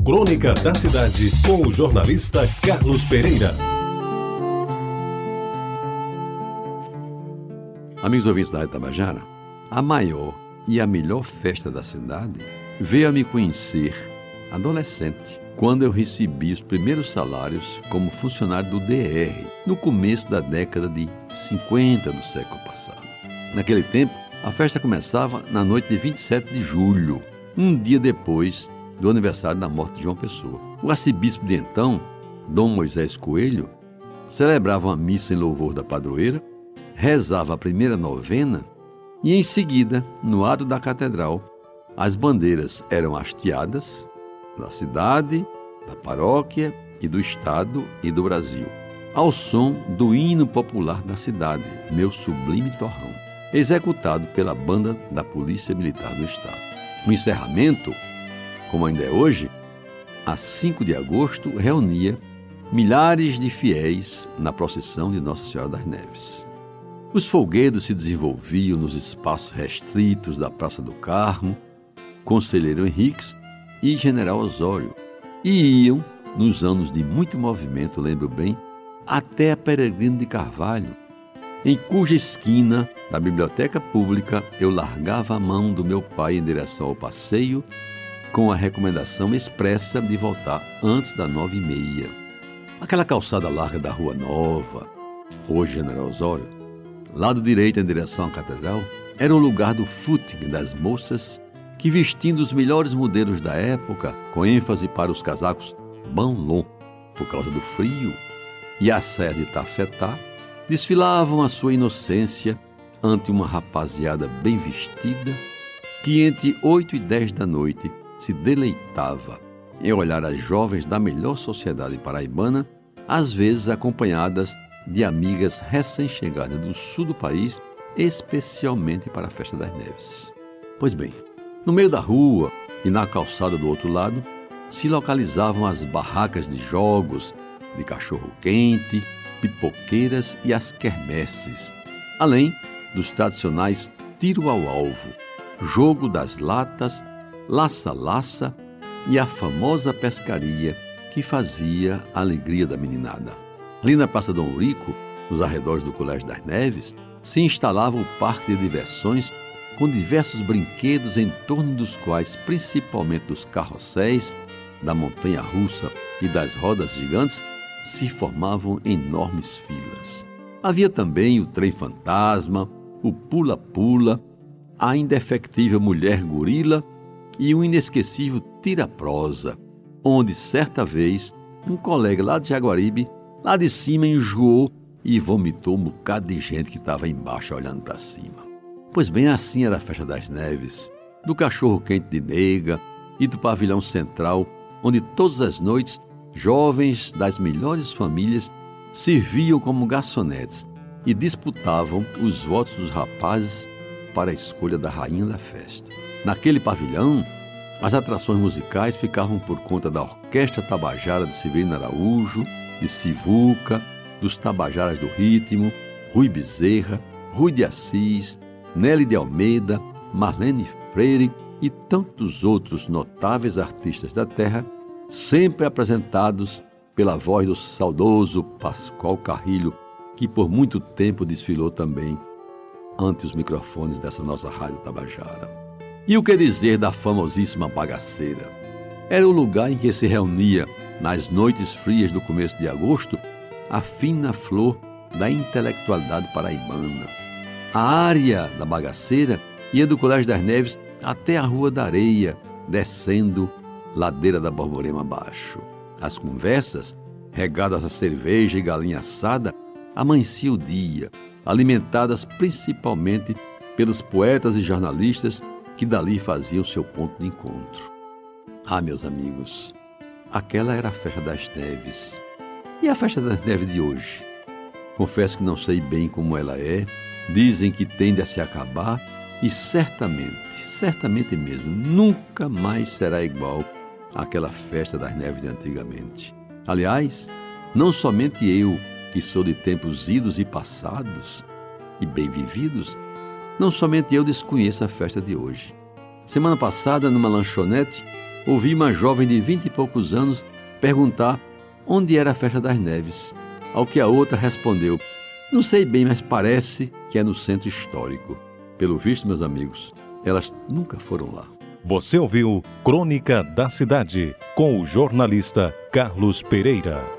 Crônica da Cidade, com o jornalista Carlos Pereira. Amigos ouvintes da Rádio Tabajara, a maior e a melhor festa da cidade veio a me conhecer adolescente, quando eu recebi os primeiros salários como funcionário do DR, no começo da década de 50 do século passado. Naquele tempo, a festa começava na noite de 27 de julho, um dia depois do aniversário da morte de João Pessoa. O arcebispo de então, Dom Moisés Coelho, celebrava uma missa em louvor da padroeira, rezava a primeira novena e, em seguida, no ato da catedral, as bandeiras eram hasteadas da cidade, da paróquia e do estado e do Brasil, ao som do hino popular da cidade, Meu Sublime Torrão, executado pela banda da Polícia Militar do Estado. O encerramento, como ainda é hoje, a 5 de agosto, reunia milhares de fiéis na procissão de Nossa Senhora das Neves. Os folguedos se desenvolviam nos espaços restritos da Praça do Carmo, Conselheiro Henriques e General Osório, e iam, nos anos de muito movimento, lembro bem, até a Peregrino de Carvalho, em cuja esquina da biblioteca pública eu largava a mão do meu pai em direção ao passeio, com a recomendação expressa de voltar antes das 9h30. Aquela calçada larga da Rua Nova, hoje General Osório, lado direito em direção à catedral, era o lugar do footing das moças que, vestindo os melhores modelos da época, com ênfase para os casacos banlon, por causa do frio, e a saia de tafetá, desfilavam a sua inocência ante uma rapaziada bem vestida que, entre 8 e 10 da noite, se deleitava em olhar as jovens da melhor sociedade paraibana, às vezes acompanhadas de amigas recém-chegadas do sul do país, especialmente para a Festa das Neves. Pois bem, no meio da rua e na calçada do outro lado, se localizavam as barracas de jogos, de cachorro-quente, pipoqueiras e as quermesses, além dos tradicionais tiro ao alvo, jogo das latas, laça-laça e a famosa pescaria que fazia a alegria da meninada. Ali na Praça Dom Eurico, nos arredores do Colégio das Neves, se instalava o parque de diversões com diversos brinquedos em torno dos quais, principalmente dos carrosséis, da montanha-russa e das rodas gigantes, se formavam enormes filas. Havia também o trem-fantasma, o pula-pula, a indefectível mulher-gorila e o inesquecível tira-prosa, onde, certa vez, um colega lá de Jaguaribe, lá de cima, enjoou e vomitou um bocado de gente que estava embaixo olhando para cima. Pois bem, assim era a Festa das Neves, do cachorro-quente de Nega e do pavilhão central, onde todas as noites jovens das melhores famílias serviam como garçonetes e disputavam os votos dos rapazes para a escolha da rainha da festa. Naquele pavilhão, as atrações musicais ficavam por conta da Orquestra Tabajara de Severino Araújo, de Sivuca, dos Tabajaras do Ritmo, Rui Bezerra, Rui de Assis, Nelly de Almeida, Marlene Freire e tantos outros notáveis artistas da terra, sempre apresentados pela voz do saudoso Pascoal Carrilho, que por muito tempo desfilou também ante os microfones dessa nossa Rádio Tabajara. E o que dizer da famosíssima Bagaceira? Era o lugar em que se reunia, nas noites frias do começo de agosto, a fina flor da intelectualidade paraibana. A área da Bagaceira ia do Colégio das Neves até a Rua da Areia, descendo ladeira da Borborema abaixo. As conversas, regadas a cerveja e galinha assada, amanhecia o dia, alimentadas principalmente pelos poetas e jornalistas que dali faziam seu ponto de encontro. Ah, meus amigos, aquela era a Festa das Neves. E a Festa das Neves de hoje? Confesso que não sei bem como ela é, dizem que tende a se acabar e certamente mesmo, nunca mais será igual àquela Festa das Neves de antigamente. Aliás, não somente eu, que sou de tempos idos e passados e bem vividos, não somente eu desconheço a festa de hoje. Semana passada, numa lanchonete, ouvi uma jovem de 20 e poucos anos perguntar onde era a Festa das Neves, ao que a outra respondeu: não sei bem, mas parece que é no centro histórico. Pelo visto, meus amigos, elas nunca foram lá. Você ouviu Crônica da Cidade, com o jornalista Carlos Pereira.